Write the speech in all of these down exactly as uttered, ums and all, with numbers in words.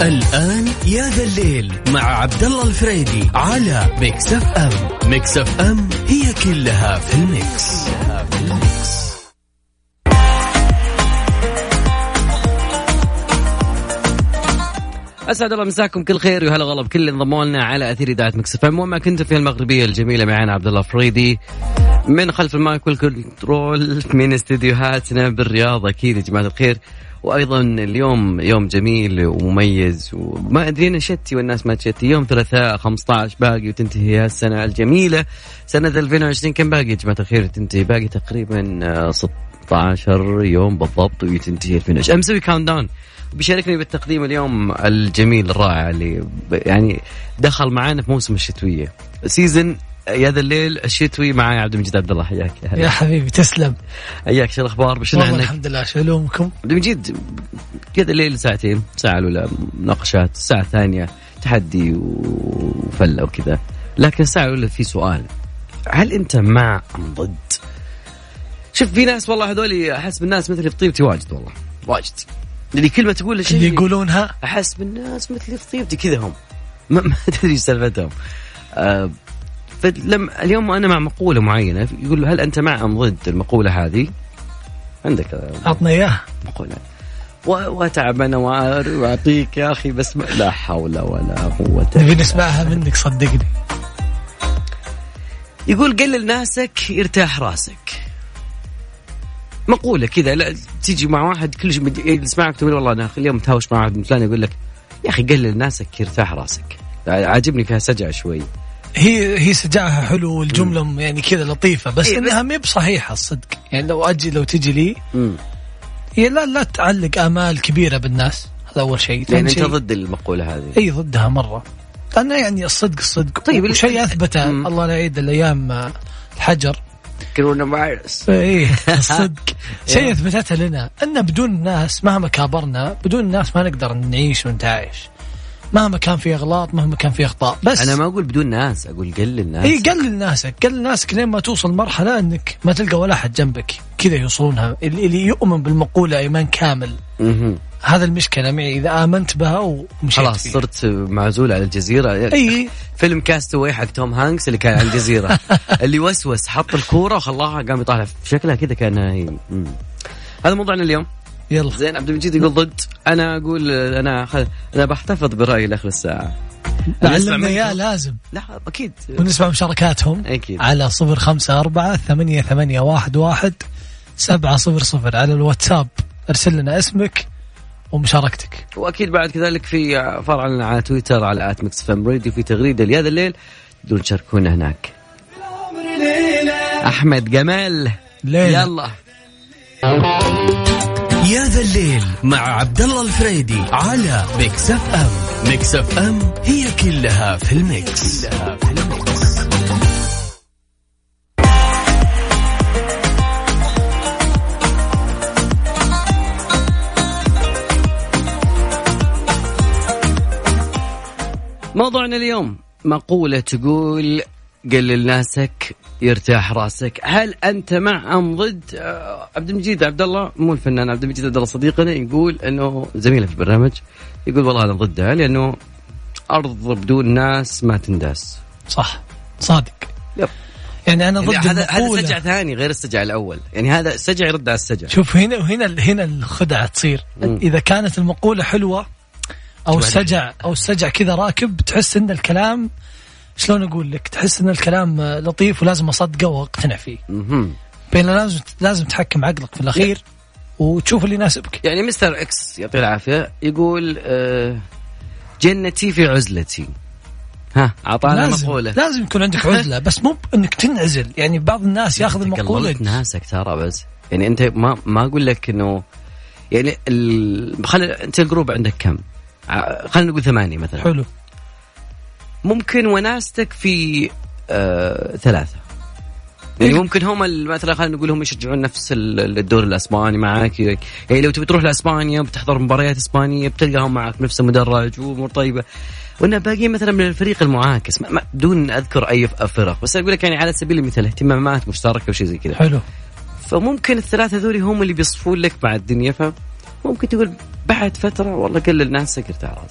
الآن يا ذا الليل مع عبد الله الفريدي على ميكس اف ام. ميكس اف ام هي كلها في الميكس. أسعد الله مساكم كل خير وهلا والله بكل انضموا لنا على أثير إذاعة ميكس اف ام. وما كنت في المغربية الجميلة معنا عبد الله الفريدي من خلف المايك والكنترول من استديوهاتنا بالرياض. أكيد يا جماعة الخير. وأيضا اليوم يوم جميل ومميز وما أدري أنا شتي والناس ما تشتي. يوم ثلاثاء خمسة عشر باقي وتنتهي السنة الجميلة سنة ألفين وعشرين. كم باقي يا جماعة الخير تنتهي؟ باقي تقريبا ستة عشر يوم بالضبط وتنتهي ألفين وعشرين. أمسوي كاونت داون. بيشاركني بالتقديم اليوم الجميل الرائع اللي يعني دخل معانا في موسم الشتوية سيزن يا ذا الليل الشتوي. معايا عبد المجيد عبد الله. حياك يا, يا حبيبي. تسلم. حياك. شو الاخبار؟ بشنا والله الحمد لله. شو علومكم؟ عبد المجيد يا ذا الليل ساعتين ساعة الأولى مناقشات، الساعة الثانية تحدي وفلة وكذا، لكن الساعة الأولى في سؤال: هل أنت مع أم ضد؟ شوف في ناس والله هذول أحس بالناس مثل في طيبتي واجد، والله واجد اللي كلمة تقول شيء اللي يقولونها أحس بالناس مثل في طيبتي كذا هم ما, ما تدري سالفتهم. أه فلم اليوم أنا مع مقولة معينة يقول هل أنت مع أم ضد المقولة هذه؟ عندك أعطنا إياه مقولة وأتعب أنا وأعطيك يا أخي بس لا حول ولا قوة. نبي نسمعها منك صدقني. يقول قلل ناسك يرتاح راسك. مقولة كذا لا تيجي مع واحد كل شيء يسمعك تقول والله أنا اليوم متهاوش مع واحد فلان يقول لك يا أخي قلل ناسك يرتاح راسك. عاجبني فيها سجع شوي. هي هي سجعها حلو والجملة م. يعني كذا لطيفة بس إيه إنها مي بصحيحة الصدق. يعني لو أجي لو تجي لي م. هي لا لا تعلق آمال كبيرة بالناس. هذا أول شيء. يعني أنت ضد المقولة هذه؟ أي ضدها مرة. أنا يعني الصدق الصدق. طيب شيء أثبته الله لا يعيد الأيام الحجر كورونا فيروس. إيه الصدق شيء أثبتته لنا أن بدون الناس مهما كابرنا بدون الناس ما نقدر نعيش ونتعايش مهما كان في أغلاط مهما كان في أخطاء. بس أنا ما أقول بدون ناس، أقول قلل ناسك. إيه قلل ناسك قلل ناسك لين ما توصل مرحلة أنك ما تلقى ولا أحد جنبك كذا يوصلونها. اللي يؤمن بالمقولة إيمان كامل م-م. هذا المشكلة معي إذا آمنت بها ومشيت خلاص فيه. صرت معزول على الجزيرة. أي فيلم كاستوي حق توم هانكس اللي كان على الجزيرة اللي وسوس حط الكورة وخلاها قام يطالع في شكلها كذا كأنها هي. م. هذا موضوعنا اليوم. يلا زين. عبد المجيد يقول ضد. أنا أقول أنا خل... أنا بحتفظ برأيي لآخر الساعة. علمنا يا لازم. لا أكيد. ونسمع مشاركاتهم أكيد على صفر خمسة أربعة ثمانية ثمانية واحد واحد سبعة صفر صفر على الواتساب. أرسل لنا اسمك ومشاركتك. وأكيد بعد كذلك في فرعنا على تويتر على آت ميكس فام راديو في تغريدة لهذا الليل دون تشاركونا هناك. أحمد جمال ليلة. يلا يا ذا الليل مع عبد الله الفريدي على ميكس اف ام. ميكس اف ام هي كلها في الميكس, كلها في الميكس. موضوعنا اليوم مقولة تقول قلل ناسك يرتاح راسك. هل أنت مع أم ضد؟ عبد المجيد عبد الله مو الفنان عبد المجيد عبد الله صديقنا يقول أنه زميله في البرنامج يقول والله أنا ضدها لأنه أرض بدون ناس ما تنداس. صح صادق. يب. يعني أنا ضد هذا هذا سجع ثاني غير السجع الأول. يعني هذا السجع يرد على السجع. شوف هنا وهنا هنا الخدعة تصير. م. إذا كانت المقولة حلوة أو السجع أو السجع كذا راكب تحس إن الكلام شلون أقول لك تحس إن الكلام لطيف ولازم أصدقه وأقتنع فيه. بين لازم لازم تحكم عقلك في الأخير وتشوف اللي يناسبك. يعني مستر إكس يعطيه العافية يقول آه جنتي في عزلتي. ها عطانا مقولة. لازم يكون عندك عزلة بس مو إنك تنعزل. يعني بعض الناس ياخذ المقولة ناسك ترى بس يعني أنت ما ما أقول لك إنه يعني ال... خلي أنت الجروب عندك كم؟ خلينا نقول ثمانية مثلا. حلو. ممكن وناستك في آه ثلاثة. يعني ممكن هم مثلا خلينا نقول هم يشجعون نفس الدور الأسباني معك. يعني لو تبي تروح لأسبانيا بتحضر مباريات إسبانية بتلقاهم معك نفس المدرج وأمور طيبة. وأنا باقي مثلا من الفريق المعاكس بدون أذكر أي فرق بس أقول لك يعني على سبيل المثال اهتمامات مشتركة وشيء زي كذا. حلو. فممكن الثلاثة ذولي هم اللي بيصفون لك مع الدنيا. فممكن تقول بعد فترة والله قلل ناسك ارتاح راسك.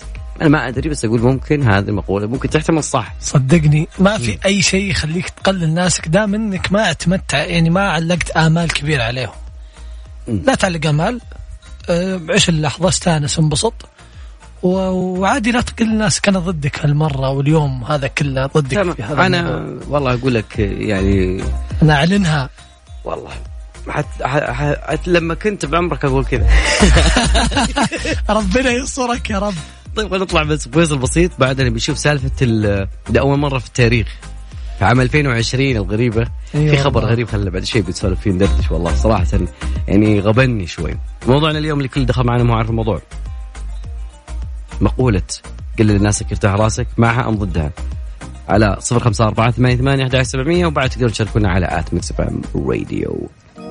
أنا ما أدري، بس أقول ممكن هذه المقولة ممكن تحتمل صح. صدقني ما في أي شيء يخليك تقلل ناسك دام إنك ما اتمتع، يعني ما علقت آمال كبيرة عليهم. م. لا تعلق آمال، عيش اللحظة، استانس، انبسط، وعادي لا تقل ناسك. أنا ضدك هالمرة واليوم هذا كله ضدك في هذا أنا الموضوع. والله أقول لك يعني أنا أعلنها والله حت... حت... لما كنت بعمرك أقول كذا. ربنا ينصرك يا رب. طيب نطلع بس فيصل بسيط، بعدين بنشوف سالفة ال... لأول مرة في التاريخ في عام ألفين وعشرين الغريبة. أيوة في خبر غريب خلنا بعد شيء بتسولف فيه ندردش. والله صراحة يعني غبني شوي موضوعنا اليوم. لكل دخل معنا مو عارف الموضوع، مقولة قل للناس يرتاح راسك، معها أم ضدها؟ على صفر خمسة أربعة ثمانية ثمانية أحد عشر سبعمية، وبعد تقدرون تشاركونا على آت ميكس اف ام راديو.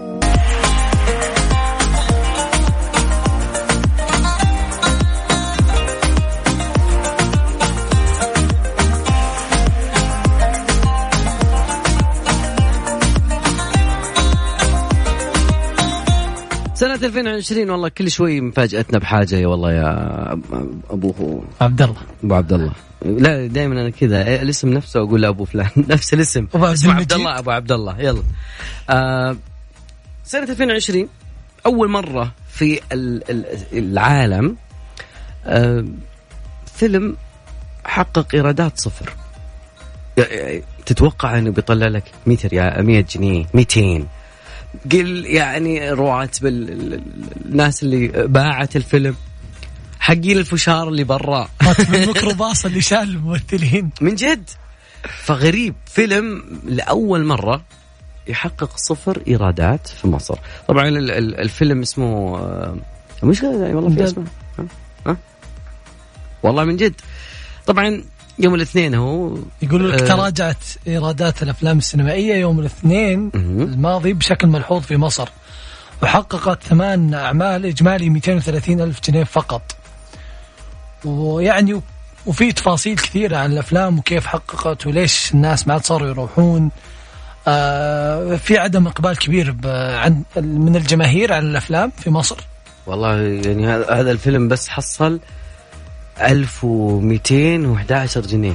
سنة ألفين وعشرين والله كل شوي مفاجأتنا بحاجة يا والله يا أبوه عبد الله أبو عبد الله. لا دائما أنا كذا الاسم نفسه أقول أبو فلان نفس الاسم اسمه عبد الله أبو عبد الله. يلا آه سنة ألفين وعشرين أول مرة في العالم آه فيلم حقق إيرادات صفر. تتوقع أنه بيطلع لك مية جنيه مئتين قل يعني رواتب الناس اللي باعت الفيلم، حقين الفشار اللي برا، راتب الميكروباص اللي شال الممثلين من جد. فغريب فيلم لأول مرة يحقق صفر إيرادات في مصر. طبعا الفيلم اسمه مش والله في اسمه ها والله من جد. طبعا يوم الاثنين هو يقولوا لك آه تراجعت إيرادات الأفلام السينمائية يوم الاثنين الماضي بشكل ملحوظ في مصر، وحققت ثمان أعمال إجمالي مئتين وثلاثين ألف جنيه فقط. ويعني وفي تفاصيل كثيرة عن الأفلام وكيف حققت وليش الناس ما صاروا يروحون. آه في عدم إقبال كبير عن من الجماهير على الأفلام في مصر. والله يعني هذا الفيلم بس حصل ألف ومئتين وأحد عشر جنيه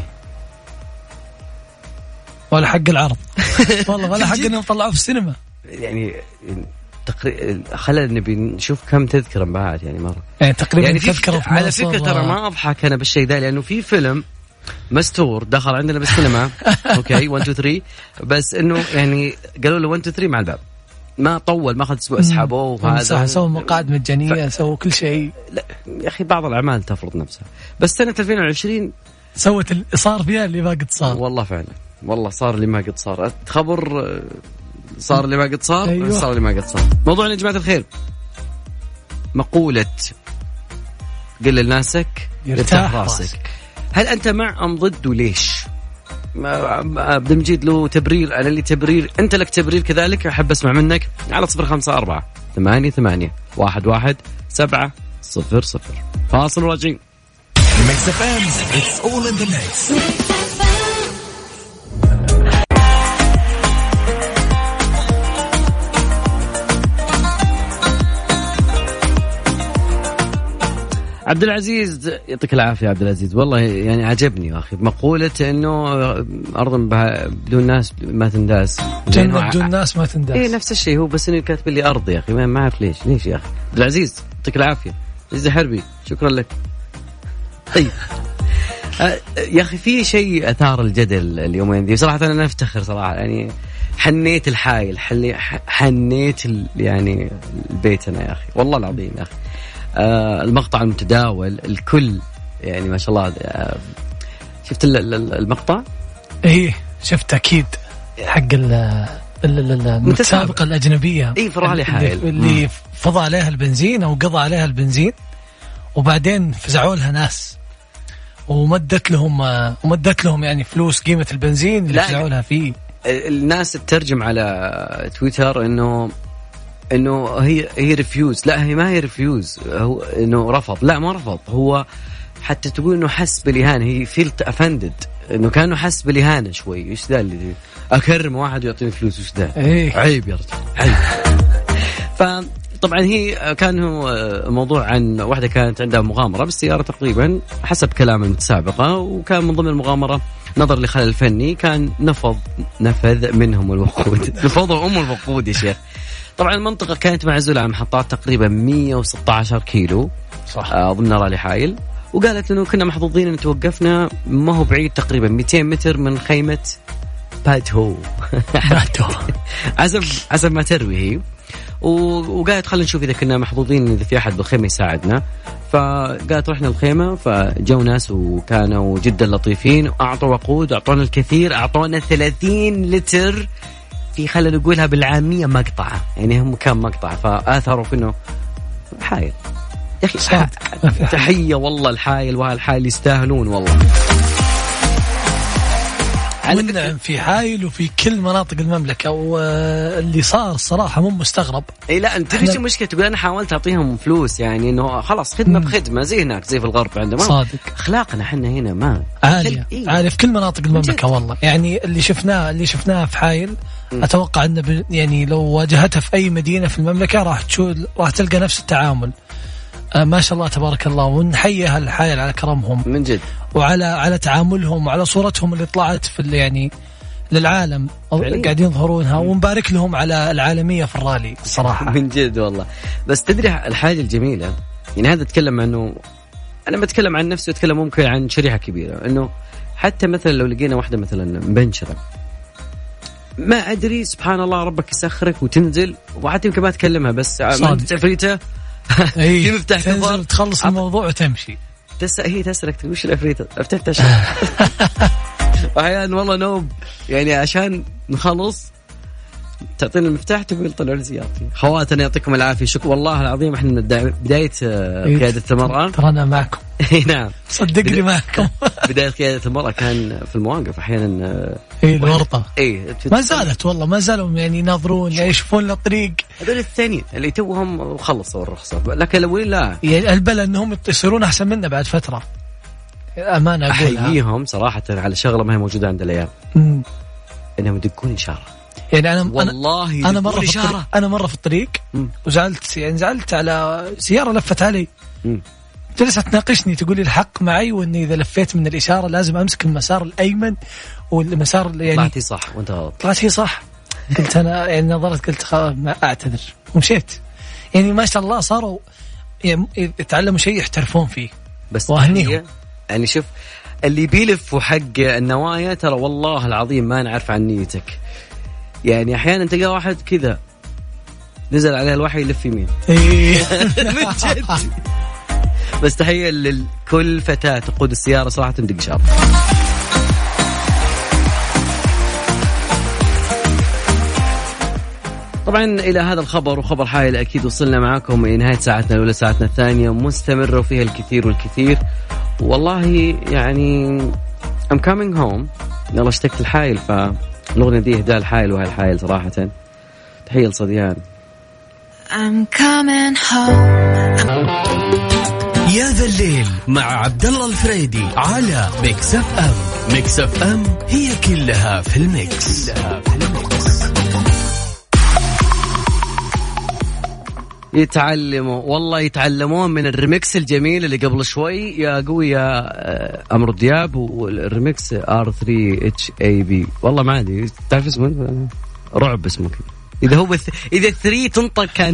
ولا حق العرض. والله ولا حق انهم طلعوا في السينما. يعني تقريبا خلينا نبي نشوف كم تذكرة بعد يعني مرة يعني تقريبا يعني تذكرة على فكرة ترى ما أضحك أنا بالشيء ده، لأنه في فيلم مستور دخل عندنا بالسينما أوكي واحد اثنين ثلاثة، بس إنه يعني قالوا له واحد اثنين ثلاثة مع الباب، ما طول ما أخذ أسبوع أسحبوه وهذا سووا مقاعد مجانية ف... سووا كل شيء. لا يا أخي بعض الأعمال تفرض نفسها، بس سنة ألفين وعشرين سوت ال... صار فيها اللي ما قد صار. والله فعلا والله صار اللي ما قد صار. خبر صار اللي ما قد صار. أيوة. صار اللي ما قد صار. موضوعنا يا جماعة الخير مقولة قل لناسك يرتاح راسك. هل أنت مع أم ضد وليش؟ عبد المجيد له تبرير، أنا اللي تبرير، أنت لك تبرير كذلك. أحب أسمع منك على صفر خمسة أربعة ثمانية ثمانية واحد واحد سبعة صفر صفر. فاصل راجعين. عبد العزيز يعطيك العافية عبد العزيز، والله يعني عجبني يا أخي مقولة إنه أرض بدون ناس ما تنداس، جنة بدون ناس ما تنداس. إيه نفس الشيء هو، بس إنه كاتب لي أرض يا أخي ما أعرف ليش ليش يا أخي. عبد العزيز يعطيك العافية. عزيز حربي شكرا لك. طيب يا أخي في شيء أثار الجدل اليومين ذي صراحة أنا أفتخر صراحة، يعني حنيت الحايل حنيت يعني البيت أنا يا أخي والله العظيم يا أخي. آه المقطع المتداول الكل يعني ما شاء الله. آه شفت المقطع؟ ايه شفت اكيد حق المتسابقة الأجنبية. ايه فرع علي حائل اللي فضى عليها البنزين او قضى عليها البنزين، وبعدين فزعوا لها ناس ومدت لهم ومدت لهم يعني فلوس قيمة البنزين اللي فزعوا لها فيه. الناس تترجم على تويتر انه انه هي هي ريفيوز. لا هي ما هي ريفيوز، هو انه رفض. لا ما رفض، هو حتى تقول انه حس بالاهانه. هي فيلت افندد انه كانه حس بالاهانه شوي. ايش ذا اللي اكرم واحد ويعطيني فلوس؟ ايش ذا؟ إيه؟ عيب يا رجل عيب. طبعا هي كان هو موضوع عن واحدة كانت عندها مغامرة بالسيارة تقريبا حسب كلام المتسابقة، وكان من ضمن المغامرة نظر لخلل فني كان نفض نفذ منهم الوقود. نفضوا أم الوقود يا شيخ. طبعا المنطقة كانت معزولة عن محطات تقريبا مية وستة عشر كيلو صح ضمن رالي حايل، وقالت إنه كنا محظوظين إن توقفنا ما هو بعيد تقريبا مئتين متر من خيمة باتو. باتو حسب حسب ما تروي هي، وقالت خلينا نشوف إذا كنا محظوظين إذا في أحد بالخيمة يساعدنا. فقالت رحنا الخيمة، فجو ناس وكانوا جدا لطيفين وأعطوا وقود، أعطونا الكثير، أعطونا ثلاثين لتر في خلينا نقولها بالعامية مقطعة، يعني هم كان مقطعة فآثروا في إنه حايل يا أخي. تحية والله الحايل وهالحايل يستاهلون والله. والنعم في حايل وفي كل مناطق المملكة، واللي صار الصراحة مو مستغرب. اي لا انت ايش المشكلة؟ تقول انا حاولت اعطيهم فلوس، يعني انه خلاص خدمة بخدمة زي هناك زي في الغرب عندنا. صادق اخلاقنا احنا هنا ما عالية إيه؟ عالية في كل مناطق المملكة والله. يعني اللي شفناه اللي شفناه في حايل م. اتوقع انه يعني لو واجهتها في اي مدينة في المملكة راح تشوف راح تلقى نفس التعامل. آه ما شاء الله تبارك الله، ونحيي هالحايل على كرمهم من جد، وعلى على تعاملهم وعلى صورتهم اللي طلعت في يعني للعالم قاعدين يظهرونها، ونبارك لهم على العالمية في الرالي صراحة. من جد والله. بس تدري الحاجة الجميلة، يعني هذا اتكلم عنه، أنا بتكلم عن نفسي واتكلم ممكن عن شريحة كبيرة، إنه حتى مثلا لو لقينا واحدة مثلا مبنشرة ما أدري سبحان الله ربك يسخرك وتنزل، وحتى يمكن ما تكلمها بس عفريتة في مفتاح تنزل تخلص الموضوع وتمشي. تس... هي تسرك تقول وش العفريتة افتحت عشان أحيانا والله نوب، يعني عشان نخلص تعطينا المفتاح تقول طلعوا لي زيارتي. خواتنا يعطيكم العافية، شكرا والله العظيم. احنا من بداية قيادة المرأة ترى أنا معكم. نعم صدقني بدا... معكم. بداية قيادة المرأة كان في المواقف أحيانا اي الورطة اي ما زالت والله، ما زالوا يعني يناظرون يشوفون الطريق. هذول الثانيين اللي توهم خلصوا الرخصة، لكن الأولين لا، يعني البلد أنهم يصيرون أحسن منا بعد فترة. أمانة أقولها أحييهم صراحة على شغلة ما هي موجودة عند الأيام، إنهم يدقون إشارة. يعني أنا والله أنا مرة في الطريق أنا مرة في الطريق مم. وزعلت، يعني زعلت على سيارة لفت علي، جلست تناقشني تقولي الحق معي، وإني إذا لفيت من الإشارة لازم أمسك المسار الأيمن والمسار يعني طلعتي صح وأنت غلط. طلعتي صح. قلت أنا يعني نظرت قلت خلاص ما أعتذر ومشيت. يعني ما شاء الله صاروا يعني يتعلموا شيء يحترفون فيه، بس وهنيهم. يعني شوف اللي بيلف حق النوايا ترى والله العظيم ما نعرف عن نيتك. يعني أحيانا تلقى واحد كذا نزل عليه الوحي يلف يمين. من جد. بس تحية لكل فتاة تقود السيارة صراحة تندق شاط. طبعا إلى هذا الخبر وخبر حائل أكيد وصلنا معاكم إلى نهاية ساعتنا الأولى. ساعتنا الثانية مستمرة وفيها الكثير والكثير والله. يعني I'm coming home. يلا اشتقت الحائل، فالأغنية دي إهداء الحائل وهالحائل صراحة. تحية لصديان. I'm coming home. يا ذا الليل مع عبد الله الفريدي على ميكس اف ام. ميكس اف ام هي كلها في الميكس. كلها في الميكس. يتعلموا والله يتعلمون من الريمكس الجميل اللي قبل شوي يا قوي يا أمر دياب، والريمكس آر ثري إتش إيه بي. والله ما أدري تعرف اسمه، رعب اسمه كذا. إذا هو بث... إذا ثري تنطق كان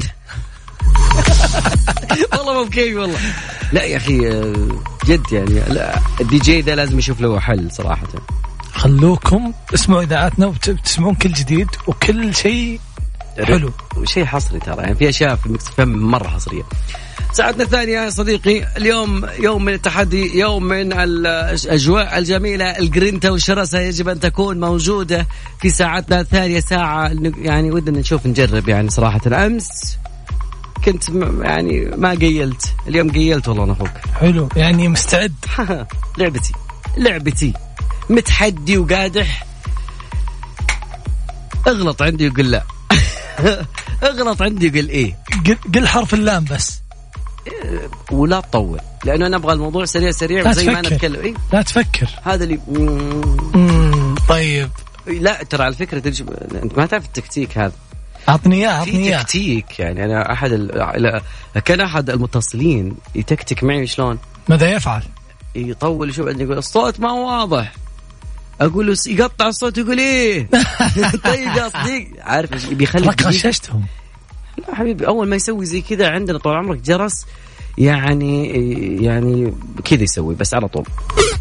والله مو بكيف والله. لا يا أخي جد يعني لا الدي جي ده لازم يشوف له حل صراحة. خلوكم اسمعوا إذاعتنا وتسمعون كل جديد وكل شيء حلو، شيء حصري ترى. يعني في أشياء في المكس فم مرة حصرية. ساعتنا الثانية يا صديقي اليوم يوم من التحدي، يوم من الأجواء الجميلة. الجرينتا والشرسة يجب أن تكون موجودة في ساعتنا الثانية. ساعة يعني ودنا نشوف نجرب يعني صراحة. أمس كنت يعني ما قيلت، اليوم قيلت والله. أنا أخوك حلو يعني مستعد. لعبتي لعبتي متحدي وقادح. اغلط عندي وقل لا. اغلط عندي وقل ايه. قل حرف اللام بس ولا تطول، لانه انا ابغى الموضوع سريع سريع وزي ما انا اتكلم. إيه؟ لا تفكر هذا اللي مم. طيب لا ترى على فكره تجب... انت ما تعرف التكتيك هذا. عطني اياه عطني في اياه. تكتيك يعني. انا احد ال... كان احد المتصلين يتكتك معي شلون ماذا يفعل؟ يطول يشوف عندي يقول الصوت ما هو واضح، اقول له يقطع الصوت يقول ايه طيب يا صديق عارف بيخليك غششتهم. لا حبيبي اول ما يسوي زي كذا عندنا طول عمرك جرس يعني يعني كذا يسوي بس على طول.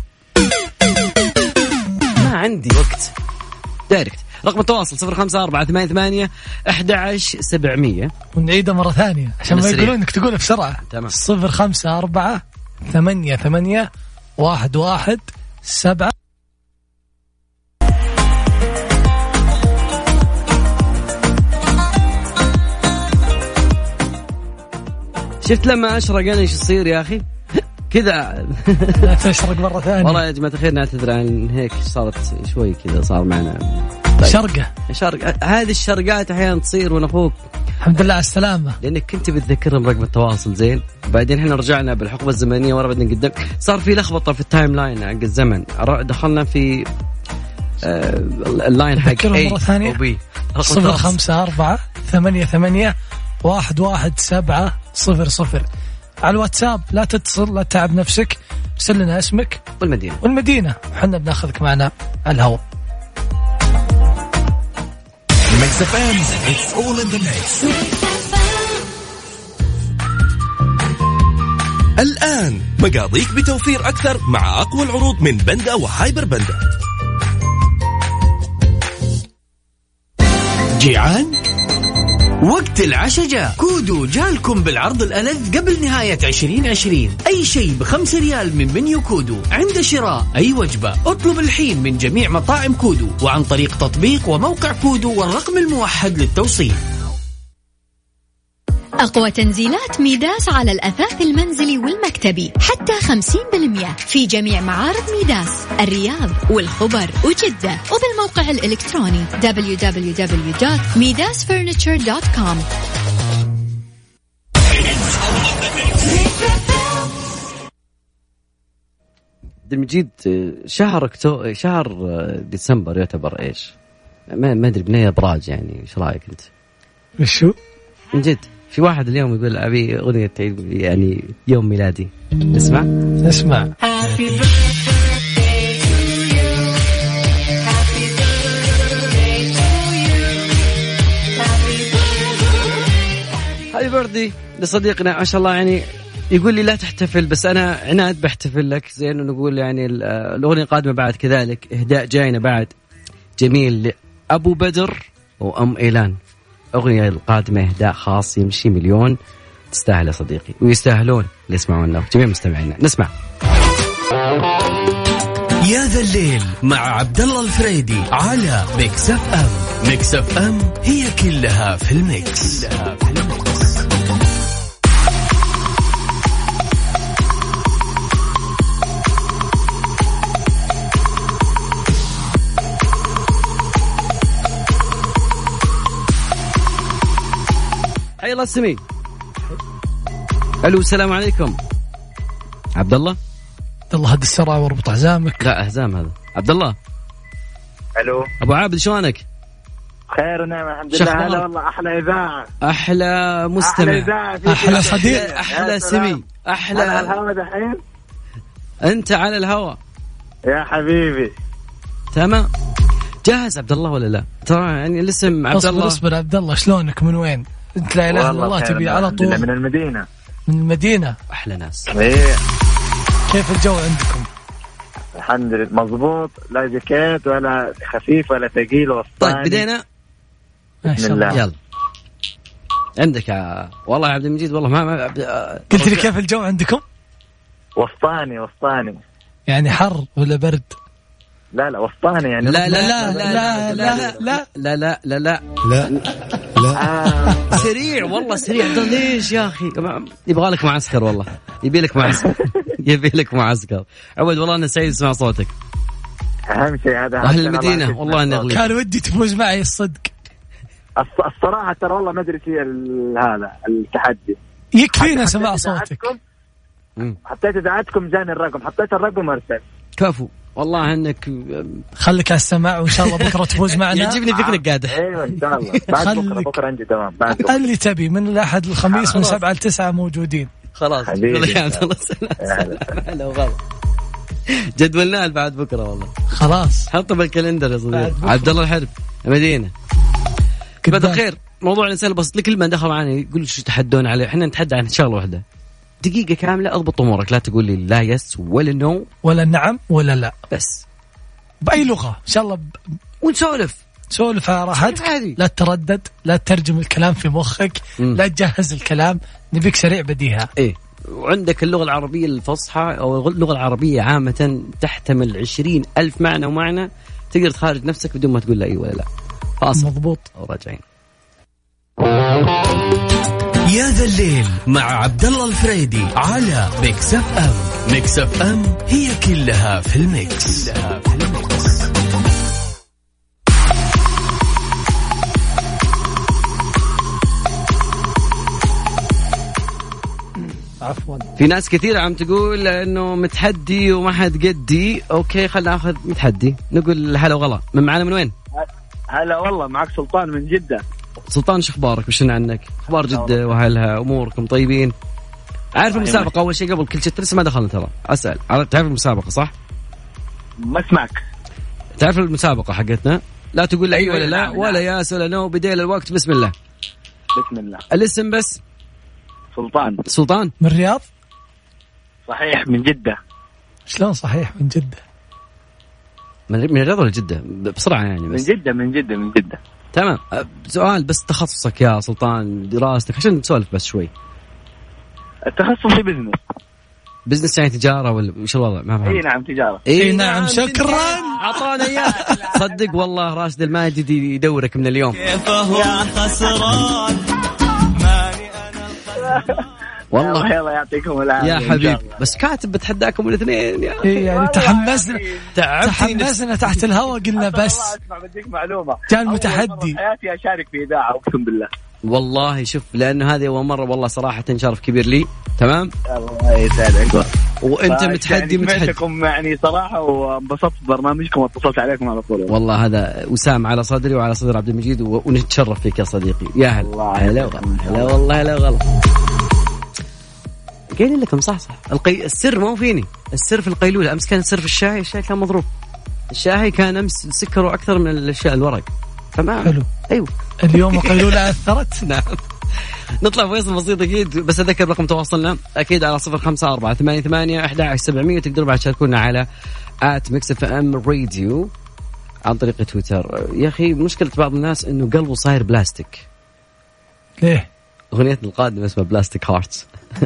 ما عندي وقت دايركت. رقم التواصل صفر خمسة أربعة ثمانية ثمانية أحد عشر سبعمية. ونعيده مرة ثانية عشان ما يقولون إنك تقولها بسرعة. تمام. صفر خمسة أربعة ثمانية ثمانية واحد واحد سبعة. شفت لما أشرق أنا إيش يصير يا أخي كذا. لا تشرق مرة ثانية. والله يا جماعة الخير نعتذر عن هيك صارت شوي كذا صار معنا طيب. شرقة شرق. هذه الشرقات أحيانا تصير ونخوك. الحمد لله على السلامة. لأنك كنت بتذكرنا برقم التواصل زين. بعدين احنا رجعنا بالحقبة الزمنية ورا بدنا نقدم صار في لخبطة في التايم لاين حق الزمن. دخلنا في آه اللاين حق مرة ثانية. صفر خمسة أربعة ثمانية ثمانية واحد واحد سبعة صفر صفر. على الواتساب لا تتصل لا تعب نفسك، ارسل لنا اسمك والمدينة والمدينة وحنا بناخذك معنا على الهواء. Mix إف إم it's all in the mix. الآن مقاضيك بتوفير أكثر مع أقوى العروض من بندا وهايبر بندا. جيعان؟ وقت العشاء جاء. كودو جالكم بالعرض الألذ قبل نهاية عشرين عشرين. أي شيء بخمس ريال من منيو كودو عند شراء أي وجبة. اطلب الحين من جميع مطاعم كودو وعن طريق تطبيق وموقع كودو والرقم الموحد للتوصيل. أقوى تنزيلات ميداس على الأثاث المنزلي والمكتبي حتى خمسين بالمئة في جميع معارض ميداس الرياض والخبر وجدة وبالموقع الإلكتروني دبليو دبليو دبليو دوت ميداس فرنتشر دوت كوم. المجيد شهر أكتوبر شهر ديسمبر يعتبر إيش ما ما أدري بنية أبراج يعني إيش رأيك أنت؟ وشو؟ من جد في واحد اليوم يقول أبي أغنية يعني يوم ميلادي. نسمع نسمع. هاي بردي لصديقنا ما شاء الله يعني يقول لي لا تحتفل بس أنا عناد بحتفل لك زين. ونقول يعني الأغنية قادمة بعد كذلك إهداء جاينا بعد جميل لأبو بدر وأم إيلان. أغنية القادمة إهداء خاص يمشي مليون. تستاهل يا صديقي ويستاهلون اللي يسمعونا جميع مستمعينا. نسمع يا ذا الليل مع عبد الله الفريدي على ميكس إف إم. ميكس إف إم هي كلها في الميكس. كلها في الميكس. حي الله السمين. الو السلام عليكم. عبد الله عبد الله هد السرعه واربط حزامك. لا حزام هذا. عبد الله الو ابو عابد شلونك؟ خير ونعم الحمد لله. هلا والله احلى اذاعه احلى مستمع احلى, أحلى صديق احلى سمي احلى على الهواء دحين. انت على الهواء يا حبيبي. تمام جاهز عبد الله ولا لا؟ ترى يعني الاسم عبد الله. اصبر عبد الله شلونك من وين؟ انت لا اله الا الله تبي على طول من المدينه. من المدينه احلى ناس. ايه كيف الجو عندكم؟ الحمد لله مضبوط. لا جاكيت ولا خفيف ولا ثقيل وسطاني. طيب بدينا بسم الله. يلا عندك يا والله يا عبد المجيد والله ما, ما قلت لي كيف الجو عندكم؟ وسطاني وسطاني يعني حر ولا برد؟ لا لا وسطاني يعني. لا لا لا لا لا لا لا لا لا لا لا لا لا سريع والله سريع. ليش يا أخي يبغى لك معسكر والله يبي لك معسكر يبي لك معسكر. عود والله أنا سعيد أسمع صوتك. أهم شيء هذا أهل المدينة والله إني أغلب. كان ودي تفوز معي الصدق. الصراحة ترى والله ما أدري في هذا التحدي. يكفينا سماع صوتك. حطيت إذاعتكم جاني الرقم حطيت الرقم أرسل. كفو والله انك خليك على السماع وان شاء الله بكره تفوز معنا. يعجبني فكرك قاعده. ايوه ان شاء الله بعد بكره بكره عندي تمام بعد بكره اللي تبي من الاحد الخميس من سبعة لتسعة موجودين. خلاص حبيبي يا عبد الله سلام. هلا وغلا جدولنا بعد بكره والله خلاص حطه بالكالندر يا صديقي. عبد الله الحرب مدينه بعد الخير. موضوع الانسان بسيط لكل من دخل معنا يقول شو تحدون عليه. احنا نتحدى عن شغله واحده دقيقه كامله اضبط امورك. لا تقول لي لا يس ولا نو ولا نعم ولا لا بس باي لغه ان شاء الله ب... ونسولف سولف على راحتك. لا تردد لا تترجم الكلام في مخك. م. لا تجهز الكلام نبيك سريع بديهة. ايه وعندك اللغة العربية الفصحى أو اللغة العربية عامة تحتمل عشرين ألف معنى ومعنى تقدر تخارج نفسك بدون ما تقول لا أي ولا لا. فاصل مضبوط وراجعين. يا ذا الليل مع عبد الله الفريدي على ميكس اف ام. ميكس اف ام هي كلها في الميكس, كلها في الميكس. عفوا في ناس كثيرة عم تقول انه متحدي وما حد قدي. اوكي خلنا ناخذ متحدي. نقول هلا وغلا. من معنا من وين؟ هلا والله معك سلطان من جدة. سلطان شو اخبارك؟ وشنا عنك؟ اخبار جدة واهلها اموركم طيبين؟ عارف المسابقة اول شيء قبل كل شيء لسه ما دخلنا ترى اسال. تعرف المسابقة صح؟ ما اسمعك. تعرف المسابقة حقتنا؟ لا تقول لي أيوة ولا لا نعم ولا نعم. ياس ولا نو. بديل الوقت بسم الله. بسم الله. الاسم بس سلطان. سلطان من الرياض؟ صحيح من جدة. شلون صحيح من جدة؟ من من الرياض ولا جدة؟ بسرعة يعني بس. من جدة من جدة من جدة. تمام. سؤال بس تخصصك يا سلطان دراستك عشان نسولف بس شوي. التخصصي بزنس. بزنس يعني تجارة ولا وش الوضع؟ ما فهمت. اي نعم تجارة. اي نعم شكرا. عطانا اياه. صدق والله راشد الماجد يدورك من اليوم. يا خسران والله الله يعطيكم العافية يا حبيب. بس كاتب بتحداكم الاثنين يا إيه يعني تحمسنا تعبتني تحمسنا تحت الهواء قلنا بس اسمع بديك معلومة كان متحدي حياتي أشارك في إذاعة أقسم بالله. والله شوف لأنه هذه أول مرة والله صراحة شرف كبير لي. تمام الله يسعدك. وأنت متحدي يعني متحدي يعني صراحة وانبسطت ببرنامجكم واتصلت عليكم على طول. والله هذا وسام على صدري وعلى صدر عبد المجيد ونتشرف فيك يا صديقي. يا هلا هلا هلا والله هلا غلط. قايل لكم صح صح القي... السر مو فيني. السر في القيلولة. أمس كان السر في الشاي. الشاي كان مضروب. الشاي كان أمس سكره أكثر من الأشياء الورق. تمام حلو. أيوه اليوم القيلولة أثرت. نعم. نطلع فيصل بسيط أكيد بس أذكر رقم تواصلنا أكيد على صفر خمسة أربعة ثمانية ثمانية أحد عشر سبعمية. تقدروا بعد تشاركونا على آت ميكس اف ام راديو عن طريق تويتر. يا أخي مشكلة بعض الناس إنه قلبه صاير بلاستيك. ليه؟ أغنيتنا القادمة اسمها بلاستيك هارتس.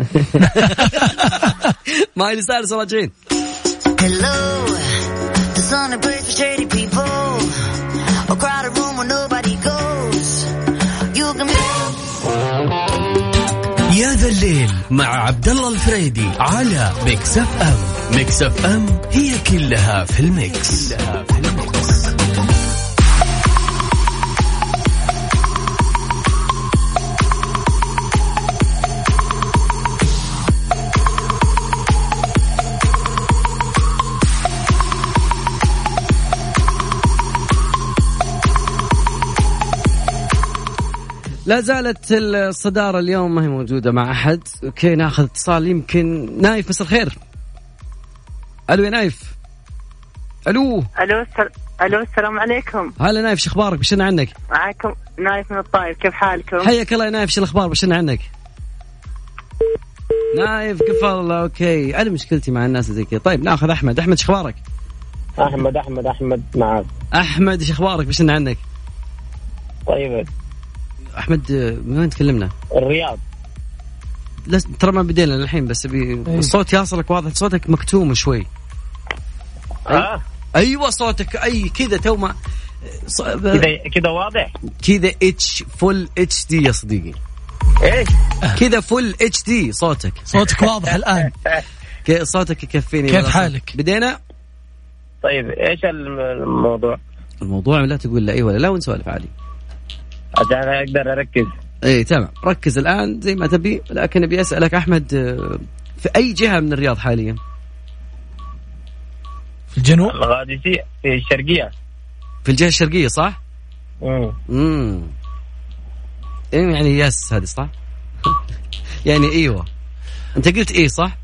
ما اللي صار صار راجعين. Hello, the sun and place for shady people. A crowded room where nobody goes. You can be. يا ذا الليل مع عبد الله الفريدي على ميكس اف ام. ميكس اف ام هي كلها في الميكس, كلها في الميكس. لا زالت الصدارة اليوم ما هي موجودة مع أحد. أوكي ناخذ اتصال. يمكن نايف. مساء الخير. ألو يا نايف. ألو ألو السل... ألو السلام عليكم. هلا نايف شو أخبارك؟ بشنا عنك. معكم نايف من الطائف. كيف حالكم؟ حياك الله يا نايف. شو الأخبار؟ بشنا عنك نايف. قفل الله. أوكي أنا مشكلتي مع الناس زي كذا. طيب ناخذ أحمد. أحمد شو أخبارك؟ أحمد أحمد أحمد معك. أحمد شو أخبارك؟ بشنا عنك. طيب أحمد من وين تكلمنا؟ الرياض. لا ترى ما بدينا الحين بس بي... الصوت يصلك واضح. صوتك مكتوم شوي. أي... آه. أيوة صوتك أي كذا تو ما ص... كذا كذا واضح كذا اتش فل اتش دي يا صديقي. ايش كذا فل اتش دي صوتك. صوتك واضح الآن. صوتك يكفيني. كيف حالك؟ بدينا. طيب ايش الموضوع؟ الموضوع لا تقول لا اي ولا لا ونسولف عادي عشان اقدر اركز. ايه تمام ركز الان زي ما تبي. لكن ابي اسالك احمد في اي جهه من الرياض حاليا؟ الجنوب. القادسية في الشرقية. في الجهة الشرقية صح؟ امم يعني يس هذه صح. يعني ايوه انت قلت ايه صح.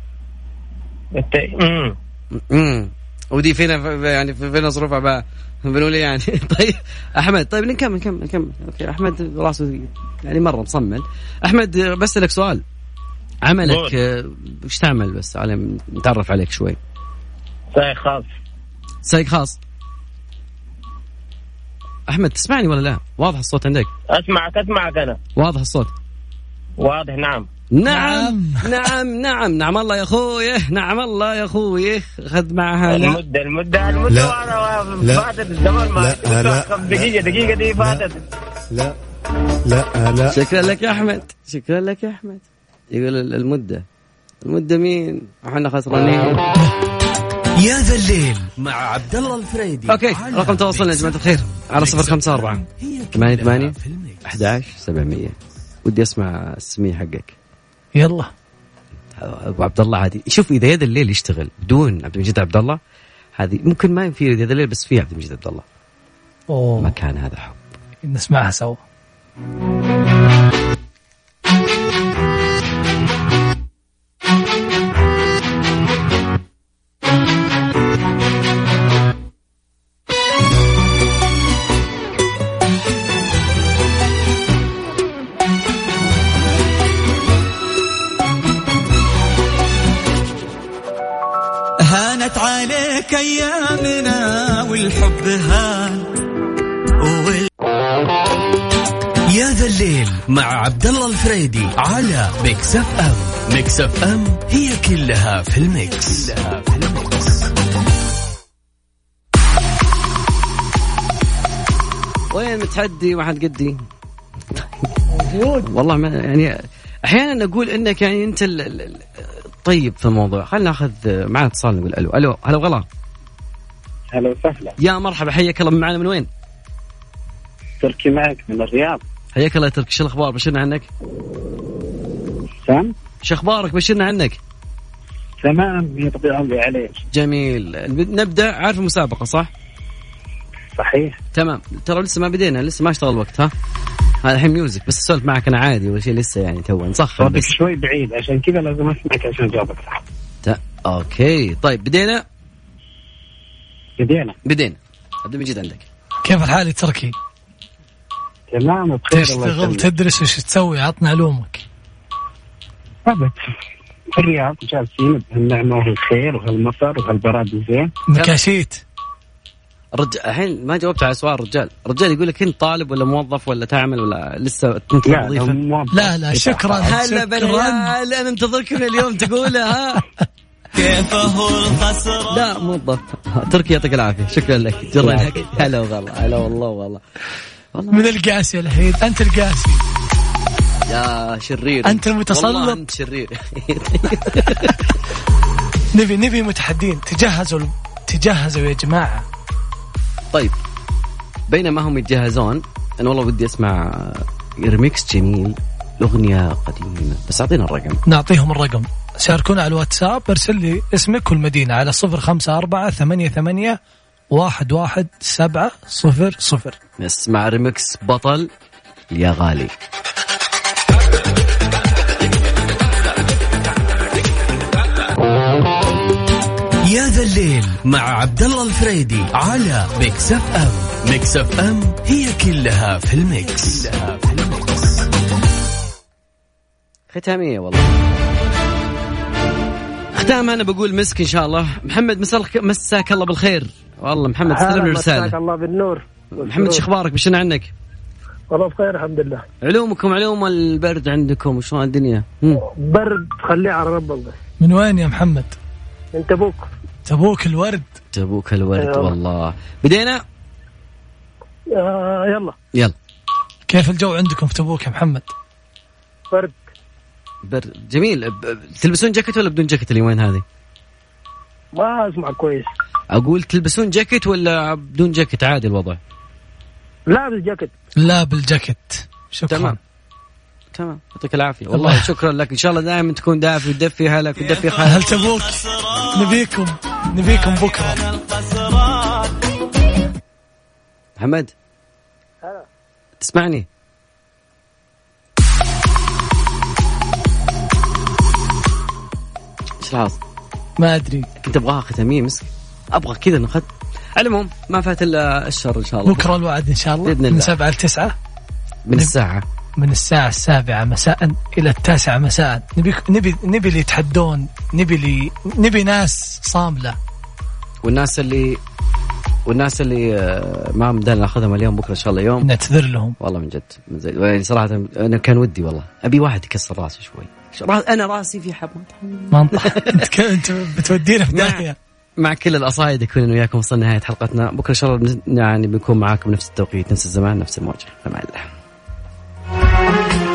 امم امم ودي فينا يعني فينا ظروفها بقى بنقول يعني. طيب احمد طيب نكمل نكمل نكمل اوكي احمد راسه يعني مره مصمم. احمد بس لك سؤال عملك وش تعمل بس على نتعرف عليك شوي. سايق خاص. سايق خاص. أحمد تسمعني ولا لا؟ واضح الصوت عندك؟ أسمعك أسمعك أنا. واضح الصوت؟ واضح نعم. نعم نعم نعم نعم الله يا أخوي نعم الله يا أخوي. خذ معها المدة المدة المدة فاتت الزمان ما دقيقة دقيقة دي فاتت. لا لا لا. شكرا لك يا أحمد شكرا لك يا أحمد. يقول المدة المدة مين؟ احنا خسرانين. يا ذا الليل مع عبد الله الفريدي. اوكي رقم تواصلنا يا جماعه الخير على صفر خمسة أربعة ثمانية ثمانية أحد عشر سبعمية. ودي اسمع السمية حقك. يلا ابو عبد الله عادي. شوف اذا يا ذا الليل يشتغل بدون عبد المجيد عبد الله هذه ممكن ما ينفي يا ذا الليل بس في عبد المجيد عبد الله. اوه ما كان هذا حب. نسمعها سوا. هانت عليك أيامنا والحب هان وال... يا ذا الليل مع عبد الله الفريدي على ميكس اف ام. ميكس اف ام هي كلها في الميكس, كلها في الميكس. وين متحدي واحد قدي والله ما يعني احيانا اقول انك يعني انت ال... ال... طيب في الموضوع. خلينا ناخذ معنا اتصال نقول الو. الو هلا وغلا. هلا وسهلا. يا مرحبا حياك الله. معنا من وين؟ تركي معك من الرياض. حياك الله يا تركي. شو الاخبار؟ بشرنا عنك. سام شو اخبارك؟ بشرنا عنك. تمام يطبع عمري عليك. جميل. نبدا. عارف المسابقه صح؟ صحيح. تمام. ترى لسه ما بدينا لسه ما اشتغل الوقت. ها هذا الحين ميوزك بس السولف معك انا عادي ولا شيء لسه يعني تو نسخن بس شوي بعيد عشان كذا لازم اسمعك عشان جاوبك صح. تا... اوكي طيب بدينا بدينا بدينا عبد المجيد عندك. كيف الحال تركي؟ تمام بخير. تشتغل تدرس وش تسوي؟ عطنا علومك. ابد في الرياض جالسين بهالنعمه وهالخير وهالمطر وهالبراد الزين. مكاشيت. رجال الحين ما جاوبت على سؤال. رجال رجال يقول لك انت طالب ولا موظف ولا تعمل ولا لسه انت وظيفه؟ لا لا شكرا. هلا بالعيال انا منتظرك من اليوم تقولها. ها كيفه الخسران. لا موظف. تركي يعطيك العافيه. شكرا لك. جرى لك. هلا وغلا. هلا والله والله من القاسي الهيد. انت القاسي يا شرير. انت المتسلط. والله انت شرير. نبي نبي متحدين. تجهزوا تجهزوا يا جماعه. طيب بينما هم يتجهزون أنا والله بدي أسمع ريميكس جميل لأغنية قديمة بس أعطينا الرقم. نعطيهم الرقم. شاركونا على الواتساب. ارسل لي اسمك والمدينة على صفر خمسة أربعة ثمانية ثمانية واحد واحد سبعة صفر صفر. نسمع ريميكس بطل يا غالي. يا ذا الليل مع عبد الله الفريدي على ميكس اف ام. ميكس اف ام هي كلها في الميكس, كلها في الميكس. ختامية والله. ختام أنا بقول مسك إن شاء الله. محمد مساك مساك الله بالخير. والله محمد استلم الرسالة. مساك الله بالنور. محمد شو أخبارك؟ بشنا عنك؟ والله بخير الحمد لله. علومكم علوم البرد عندكم وشلون الدنيا؟ مم. برد خليه على رب الله. من وين يا محمد؟ من تبوك. تبوك الورد. تبوك الورد أيوة. والله بدينا. آه يلا يلا. كيف الجو عندكم في تبوك يا محمد؟ برد. برد جميل. تلبسون جاكيت ولا بدون جاكيت اليومين هذه؟ ما اسمع كويس. أقول تلبسون جاكيت ولا بدون جاكيت عادي الوضع؟ لا بالجاكيت. لا بالجاكيت. شكرا. تمام تمام يعطيك العافية والله. شكرا لك. إن شاء الله دائما تكون دافي ودفي حالك ودفي حالك. هل تبوك نبيكم. نبيكم بكرة. محمد هلا تسمعني؟ ايش الحاصل؟ ما ادري كنت ابغاها ختامية مسك، ابغى كذا ناخذ. على العموم ما فات الا الشر ان شاء الله. بكرة الوعد ان شاء الله من سبعة لتسعة من الساعة من الساعة السابعة مساء إلى التاسعة مساء. نبي نبي نبي اللي يتحدون، نبي اللي نبي ناس صاملة، والناس اللي والناس اللي ما مدانا ناخذهم اليوم بكرة إن شاء الله يوم نعتذر لهم والله من جد من زي. يعني صراحة أنا كان ودي والله أبي واحد يكسر راسي شوي، أنا راسي في حب منطقة. أنت أنت بتودينا في داهية. مع كل الأصايد يكون وياكم وصلنا نهاية حلقتنا. بكرة إن شاء الله يعني بنكون معاكم نفس التوقيت نفس الزمان نفس الموجة. فمع الله.